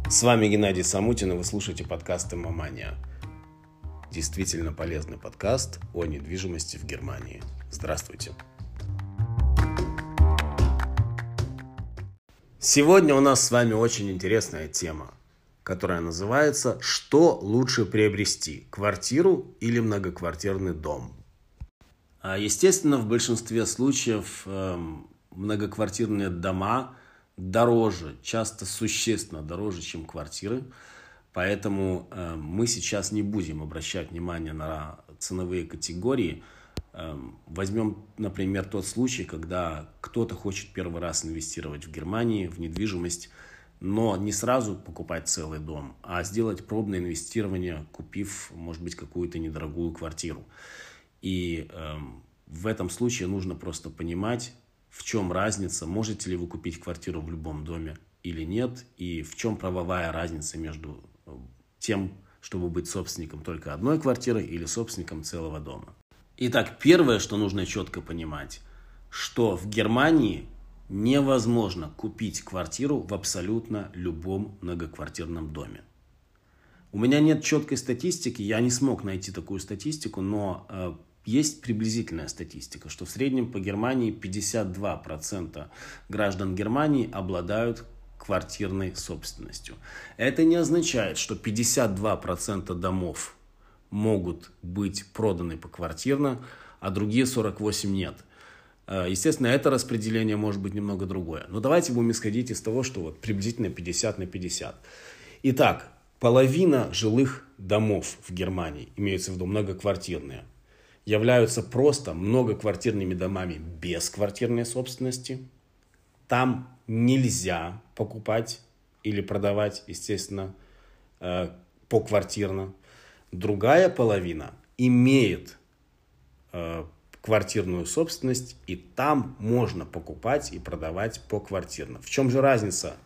С вами Геннадий Самутин, и вы слушаете подкаст «Имомания». Действительно полезный подкаст о недвижимости в Германии. Здравствуйте. Сегодня у нас с вами очень интересная тема, которая называется «Что лучше приобрести? Квартиру или многоквартирный дом?». Естественно, в большинстве случаев многоквартирные дома дороже, часто существенно дороже, чем квартиры. Поэтому мы сейчас не будем обращать внимание на ценовые категории. Возьмем, например, тот случай, когда кто-то хочет первый раз инвестировать в Германии, в недвижимость, но не сразу покупать целый дом, а сделать пробное инвестирование, купив, может быть, какую-то недорогую квартиру. И в этом случае нужно просто понимать, в чем разница, можете ли вы купить квартиру в любом доме или нет, и в чем правовая разница между тем, чтобы быть собственником только одной квартиры или собственником целого дома. Итак, первое, что нужно четко понимать, что в Германии невозможно купить квартиру в абсолютно любом многоквартирном доме. У меня нет четкой статистики, я не смог найти такую статистику, но есть приблизительная статистика, что в среднем по Германии 52% граждан Германии обладают квартирной собственностью. Это не означает, что 52% домов могут быть проданы поквартирно, а другие 48% нет. Естественно, это распределение может быть немного другое. Но давайте будем исходить из того, что вот приблизительно 50 на 50. Итак, половина жилых домов в Германии, имеется в виду многоквартирные, являются просто многоквартирными домами без квартирной собственности. Там нельзя покупать или продавать, естественно, поквартирно. Другая половина имеет квартирную собственность, и там можно покупать и продавать поквартирно. В чем же разница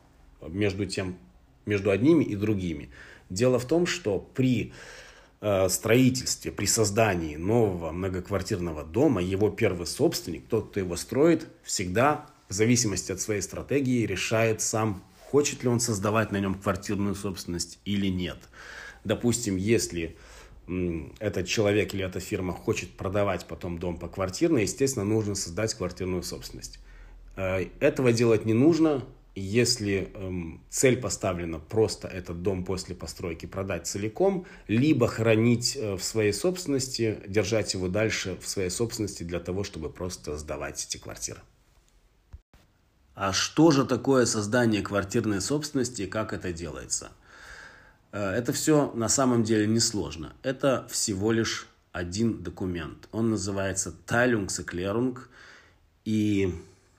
между одними и другими? Дело в том, что при строительстве, при создании нового многоквартирного дома, его первый собственник, тот, кто его строит, всегда, в зависимости от своей стратегии, решает сам, хочет ли он создавать на нем квартирную собственность или нет. Допустим, если этот человек или эта фирма хочет продавать потом дом поквартирно, естественно, нужно создать квартирную собственность. Этого делать не нужно. Если цель поставлена просто этот дом после постройки продать целиком, либо хранить в своей собственности, держать его дальше в своей собственности для того, чтобы просто сдавать эти квартиры. А что же такое создание квартирной собственности и как это делается? Это все на самом деле несложно. Это всего лишь один документ. Он называется Teilungserklärung, и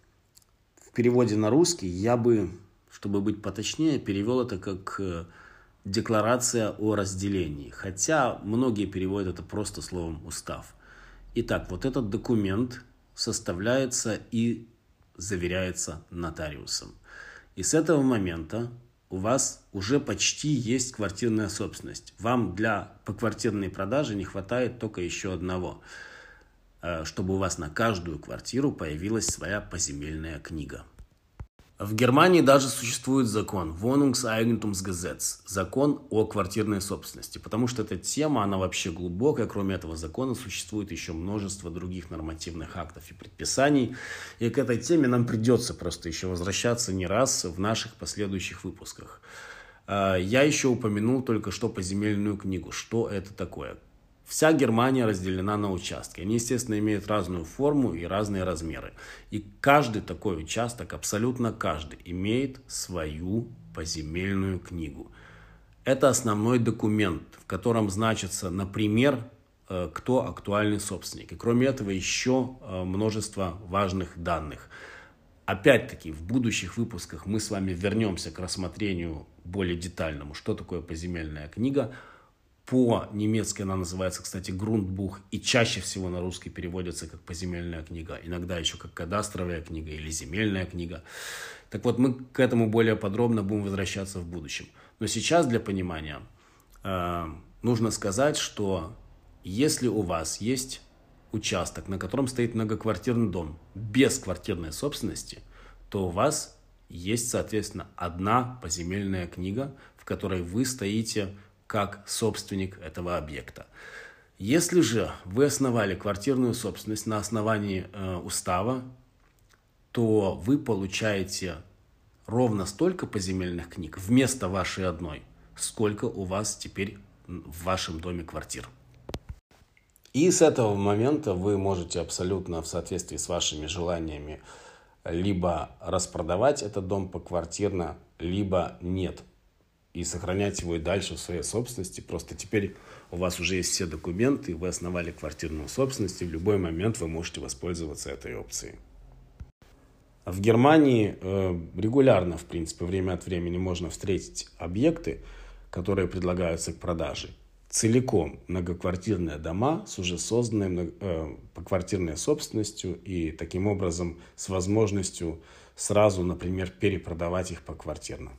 в переводе на русский я бы, чтобы быть поточнее, перевел это как декларация о разделении. Хотя многие переводят это просто словом устав. Итак, вот этот документ составляется и заверяется нотариусом. И с этого момента у вас уже почти есть квартирная собственность. Вам для поквартирной продажи не хватает только еще одного, чтобы у вас на каждую квартиру появилась своя поземельная книга. В Германии даже существует закон Wohnungseigentumsgesetz, закон о квартирной собственности, потому что эта тема, она вообще глубокая. Кроме этого закона существует еще множество других нормативных актов и предписаний, и к этой теме нам придется просто еще возвращаться не раз в наших последующих выпусках. Я еще упомянул только что поземельную книгу. Что это такое? Вся Германия разделена на участки. Они, естественно, имеют разную форму и разные размеры. И каждый такой участок, абсолютно каждый, имеет свою поземельную книгу. Это основной документ, в котором значится, например, кто актуальный собственник. И кроме этого еще множество важных данных. Опять-таки, в будущих выпусках мы с вами вернемся к рассмотрению более детальному, что такое поземельная книга. По-немецки она называется, кстати, Grundbuch, и чаще всего на русский переводится как поземельная книга, иногда еще как кадастровая книга или земельная книга. Так вот, мы к этому более подробно будем возвращаться в будущем. Но сейчас для понимания нужно сказать, что если у вас есть участок, на котором стоит многоквартирный дом без квартирной собственности, то у вас есть, соответственно, одна поземельная книга, в которой вы стоите как собственник этого объекта. Если же вы основали квартирную собственность на основании устава, то вы получаете ровно столько поземельных книг вместо вашей одной, сколько у вас теперь в вашем доме квартир. И с этого момента вы можете абсолютно в соответствии с вашими желаниями либо распродавать этот дом поквартирно, либо нет. И сохранять его и дальше в своей собственности. Просто теперь у вас уже есть все документы, вы основали квартирную собственность, и в любой момент вы можете воспользоваться этой опцией. В Германии регулярно, в принципе, время от времени можно встретить объекты, которые предлагаются к продаже. Целиком многоквартирные дома с уже созданной поквартирной собственностью и таким образом с возможностью сразу, например, перепродавать их поквартирно.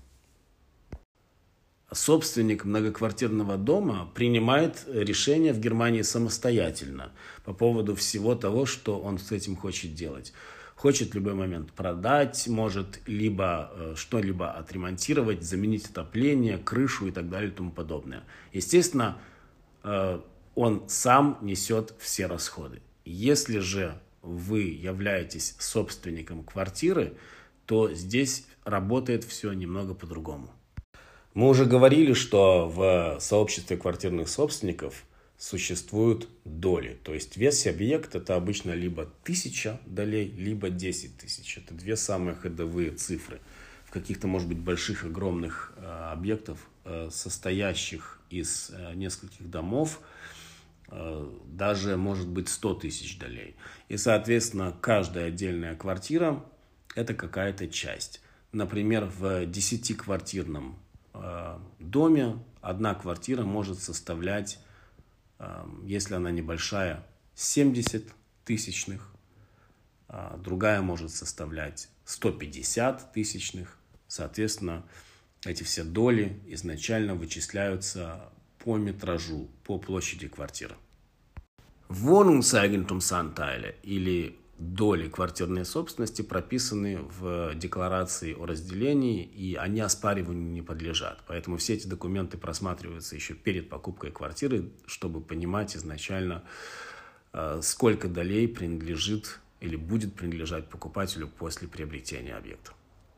Собственник многоквартирного дома принимает решение в Германии самостоятельно по поводу всего того, что он с этим хочет делать. Хочет в любой момент продать, может либо что-либо отремонтировать, заменить отопление, крышу и так далее и тому подобное. Естественно, он сам несет все расходы. Если же вы являетесь собственником квартиры, то здесь работает все немного по-другому. Мы уже говорили, что в сообществе квартирных собственников существуют доли. То есть вес объекта это обычно либо 1000 долей, либо 10 тысяч. Это две самые ходовые цифры. В каких-то, может быть, больших, огромных объектов, состоящих из нескольких домов, даже может быть 100 тысяч долей. И, соответственно, каждая отдельная квартира это какая-то часть. Например, в 10-квартирном доме одна квартира может составлять, если она небольшая, 70 тысячных, другая может составлять 150 тысячных. Соответственно, эти все доли изначально вычисляются по метражу, по площади квартиры. Wohnungseigentumsanteile или доли квартирной собственности прописаны в декларации о разделении, и они оспариванию не подлежат. Поэтому все эти документы просматриваются еще перед покупкой квартиры, чтобы понимать изначально, сколько долей принадлежит или будет принадлежать покупателю после приобретения объекта.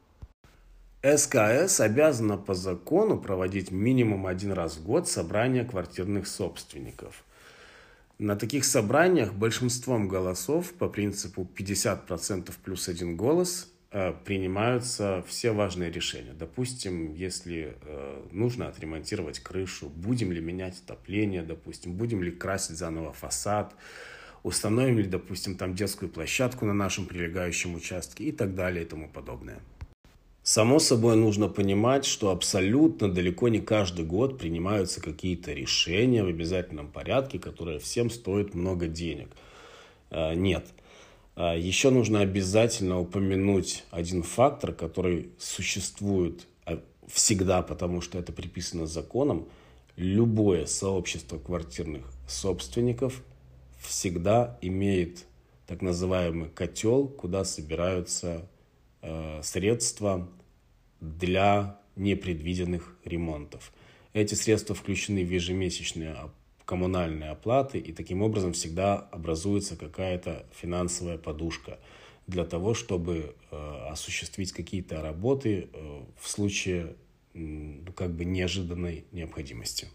СКС обязана по закону проводить минимум 1 раз в год собрания квартирных собственников. На таких собраниях большинством голосов по принципу 50% плюс 1 голос принимаются все важные решения. Допустим, если нужно отремонтировать крышу, будем ли менять отопление, допустим, будем ли красить заново фасад, установим ли, допустим, там детскую площадку на нашем прилегающем участке и так далее и тому подобное. Само собой нужно понимать, что абсолютно далеко не каждый год принимаются какие-то решения в обязательном порядке, которые всем стоят много денег. Нет. Еще нужно обязательно упомянуть один фактор, который существует всегда, потому что это приписано законом. Любое сообщество квартирных собственников всегда имеет так называемый котел, куда собираются средства для непредвиденных ремонтов. Эти средства включены в ежемесячные коммунальные оплаты, и таким образом всегда образуется какая-то финансовая подушка для того, чтобы осуществить какие-то работы в случае неожиданной необходимости.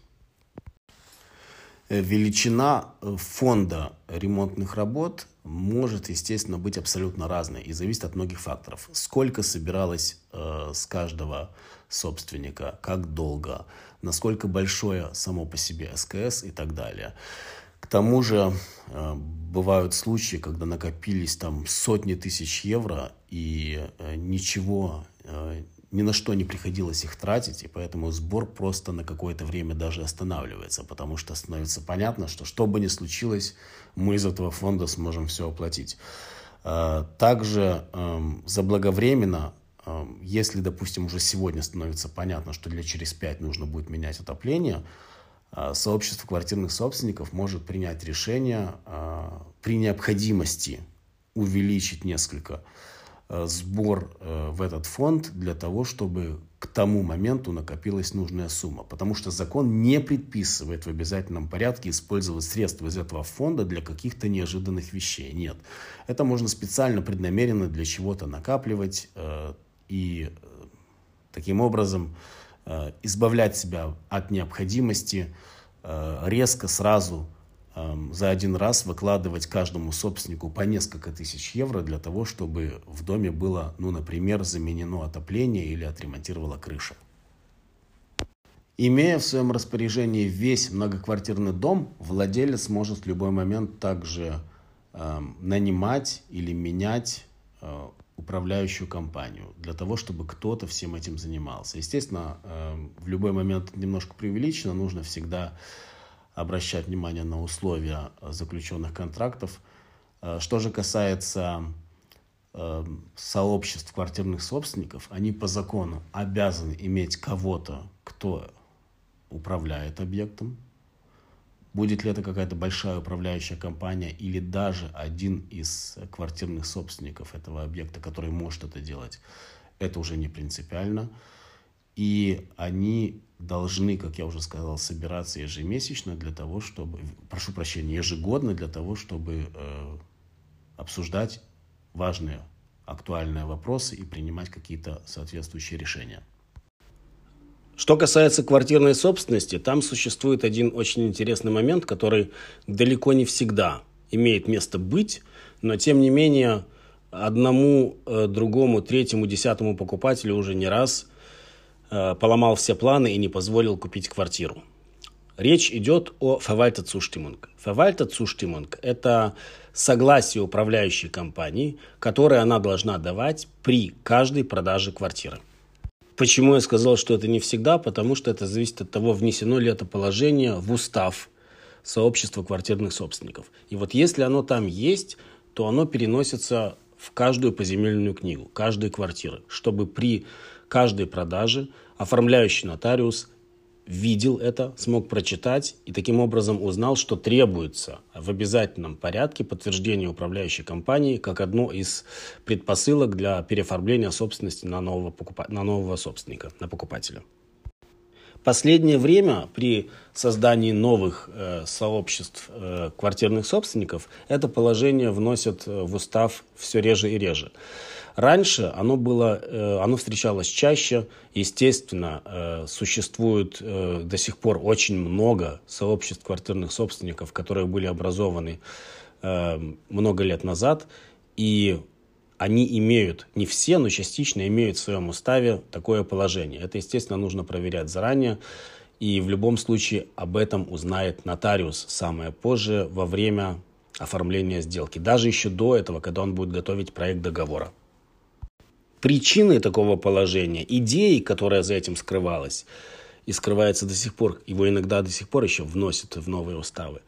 Величина фонда ремонтных работ может, естественно, быть абсолютно разной и зависит от многих факторов. Сколько собиралось с каждого собственника, как долго, насколько большое само по себе СКС и так далее. К тому же бывают случаи, когда накопились там сотни тысяч евро и ничего ни на что не приходилось их тратить, и поэтому сбор просто на какое-то время даже останавливается, потому что становится понятно, что бы ни случилось, мы из этого фонда сможем все оплатить. Также заблаговременно, если, допустим, уже сегодня становится понятно, что через 5 нужно будет менять отопление, сообщество квартирных собственников может принять решение при необходимости увеличить несколько сбор в этот фонд для того, чтобы к тому моменту накопилась нужная сумма. Потому что закон не предписывает в обязательном порядке использовать средства из этого фонда для каких-то неожиданных вещей. Нет. Это можно специально, преднамеренно для чего-то накапливать и таким образом избавлять себя от необходимости резко сразу за один раз выкладывать каждому собственнику по несколько тысяч евро для того, чтобы в доме было, например, заменено отопление или отремонтировала крыша. Имея в своем распоряжении весь многоквартирный дом, владелец может в любой момент также нанимать или менять управляющую компанию для того, чтобы кто-то всем этим занимался. Естественно, в любой момент немножко преувеличено, нужно всегда обращать внимание на условия заключенных контрактов. Что же касается сообществ квартирных собственников, они по закону обязаны иметь кого-то, кто управляет объектом. Будет ли это какая-то большая управляющая компания или даже один из квартирных собственников этого объекта, который может это делать, это уже не принципиально. И они должны, как я уже сказал, собираться ежемесячно для того, чтобы, ежегодно для того, чтобы обсуждать важные, актуальные вопросы и принимать какие-то соответствующие решения. Что касается квартирной собственности, там существует один очень интересный момент, который далеко не всегда имеет место быть, но тем не менее одному, другому, третьему, десятому покупателю уже не раз поломал все планы и не позволил купить квартиру. Речь идет о Verwaltungszustimmung. Verwaltungszustimmung – это согласие управляющей компании, которое она должна давать при каждой продаже квартиры. Почему я сказал, что это не всегда? Потому что это зависит от того, внесено ли это положение в устав сообщества квартирных собственников. И вот если оно там есть, то оно переносится в каждую поземельную книгу, каждой квартиры, чтобы при каждой продаже оформляющий нотариус видел это, смог прочитать и таким образом узнал, что требуется в обязательном порядке подтверждение управляющей компании как одно из предпосылок для переоформления собственности на нового собственника, на покупателя. Последнее время при создании новых сообществ квартирных собственников это положение вносят в устав все реже и реже. Раньше оно встречалось чаще. Естественно, существует до сих пор очень много сообществ квартирных собственников, которые были образованы много лет назад. И они имеют, не все, но частично имеют в своем уставе такое положение. Это, естественно, нужно проверять заранее. И в любом случае об этом узнает нотариус самое позже во время оформления сделки. Даже еще до этого, когда он будет готовить проект договора. Причиной такого положения, идеей, которая за этим скрывалась и скрывается до сих пор, его иногда до сих пор еще вносят в новые уставы,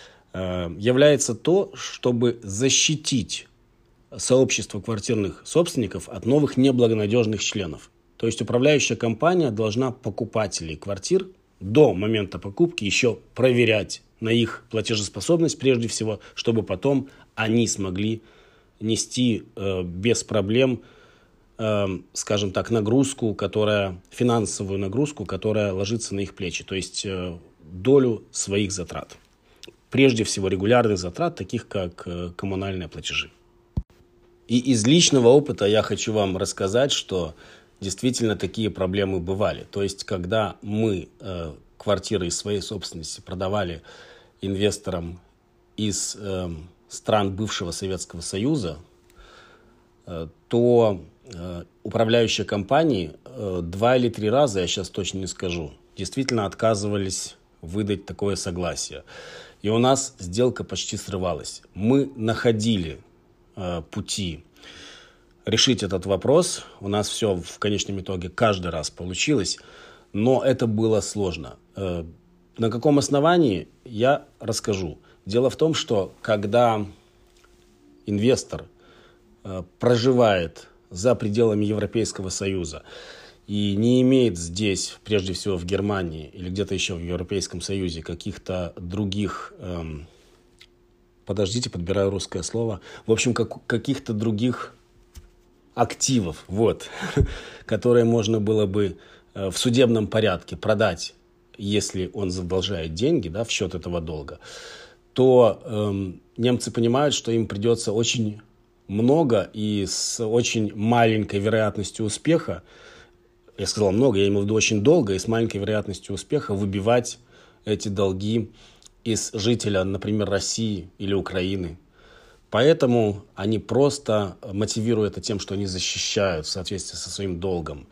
является то, чтобы защитить сообщество квартирных собственников от новых неблагонадежных членов. То есть управляющая компания должна покупателей квартир до момента покупки еще проверять на их платежеспособность прежде всего, чтобы потом они смогли нести без проблем, скажем так, финансовую нагрузку, которая ложится на их плечи, то есть долю своих затрат. Прежде всего регулярных затрат, таких как коммунальные платежи. И из личного опыта я хочу вам рассказать, что действительно такие проблемы бывали. То есть, когда мы квартиры из своей собственности продавали инвесторам из стран бывшего Советского Союза, то управляющие компании 2 или 3 раза, я сейчас точно не скажу, действительно отказывались выдать такое согласие. И у нас сделка почти срывалась. Мы находили пути решить этот вопрос. У нас все в конечном итоге каждый раз получилось, но это было сложно. На каком основании, я расскажу. Дело в том, что когда инвестор проживает за пределами Европейского Союза и не имеет здесь, прежде всего в Германии или где-то еще в Европейском Союзе, каких-то других, подбираю русское слово, в общем, каких-то других активов, вот, которые можно было бы в судебном порядке продать, если он задолжает деньги, да, в счет этого долга, то немцы понимают, что им придется очень много и с очень маленькой вероятностью успеха, я сказал много, я имею в виду очень долго и с маленькой вероятностью успеха выбивать эти долги из жителя, например, России или Украины. Поэтому они просто мотивируют это тем, что они защищают в соответствии со своим долгом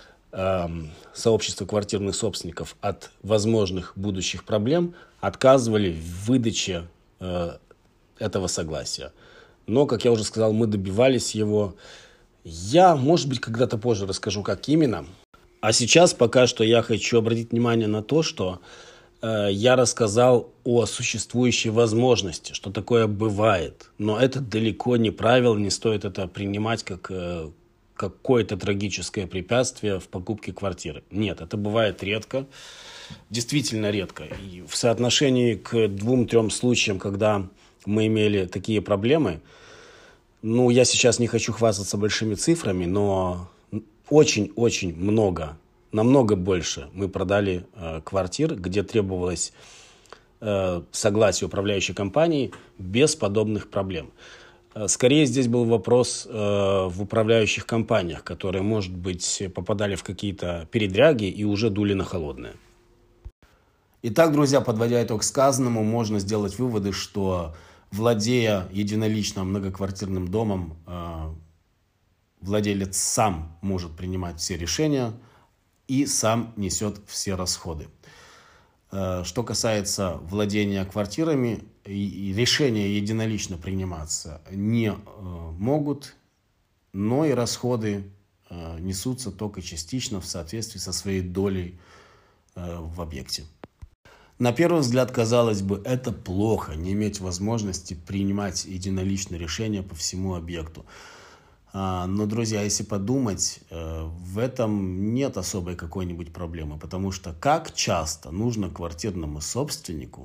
сообщество квартирных собственников от возможных будущих проблем, отказывали в выдаче этого согласия. Но, как я уже сказал, мы добивались его. Я, может быть, когда-то позже расскажу, как именно. А сейчас пока что я хочу обратить внимание на то, что я рассказал о существующей возможности, что такое бывает. Но это далеко не правило, не стоит это принимать как какое-то трагическое препятствие в покупке квартиры. Нет, это бывает редко, действительно редко. И в соотношении к 2-3 случаям, когда мы имели такие проблемы, я сейчас не хочу хвастаться большими цифрами, но очень-очень много, намного больше мы продали квартир, где требовалось согласие управляющей компании без подобных проблем. Скорее здесь был вопрос в управляющих компаниях, которые, может быть, попадали в какие-то передряги и уже дули на холодное. Итак, друзья, подводя итог сказанному, можно сделать выводы, что, владея единолично многоквартирным домом, владелец сам может принимать все решения и сам несет все расходы. Что касается владения квартирами, решения единолично приниматься не могут, но и расходы несутся только частично в соответствии со своей долей в объекте. На первый взгляд, казалось бы, это плохо, не иметь возможности принимать единоличные решения по всему объекту. Но, друзья, если подумать, в этом нет особой какой-нибудь проблемы, потому что как часто нужно квартирному собственнику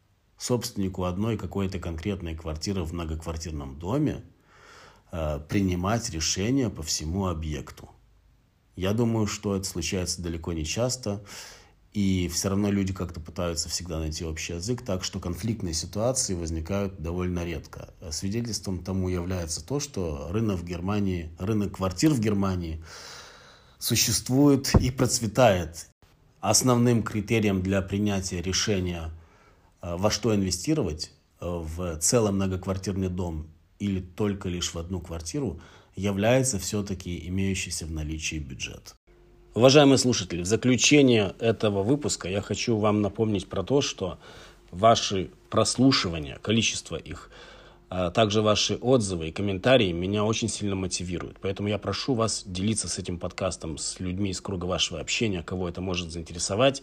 одной какой-то конкретной квартиры в многоквартирном доме принимать решения по всему объекту. Я думаю, что это случается далеко не часто, и все равно люди как-то пытаются всегда найти общий язык, так что конфликтные ситуации возникают довольно редко. Свидетельством тому является то, что рынок квартир в Германии существует и процветает. Основным критерием для принятия решения, во что инвестировать, в целый многоквартирный дом или только лишь в одну квартиру, является все-таки имеющийся в наличии бюджет. Уважаемые слушатели, в заключение этого выпуска я хочу вам напомнить про то, что ваши прослушивания, количество их, а также ваши отзывы и комментарии меня очень сильно мотивируют. Поэтому я прошу вас делиться с этим подкастом с людьми из круга вашего общения, кого это может заинтересовать.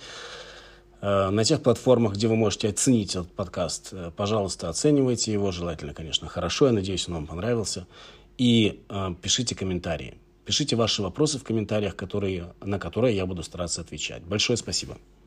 На тех платформах, где вы можете оценить этот подкаст, пожалуйста, оценивайте его, желательно, конечно, хорошо. Я надеюсь, он вам понравился. И пишите комментарии. Пишите ваши вопросы в комментариях, на которые я буду стараться отвечать. Большое спасибо.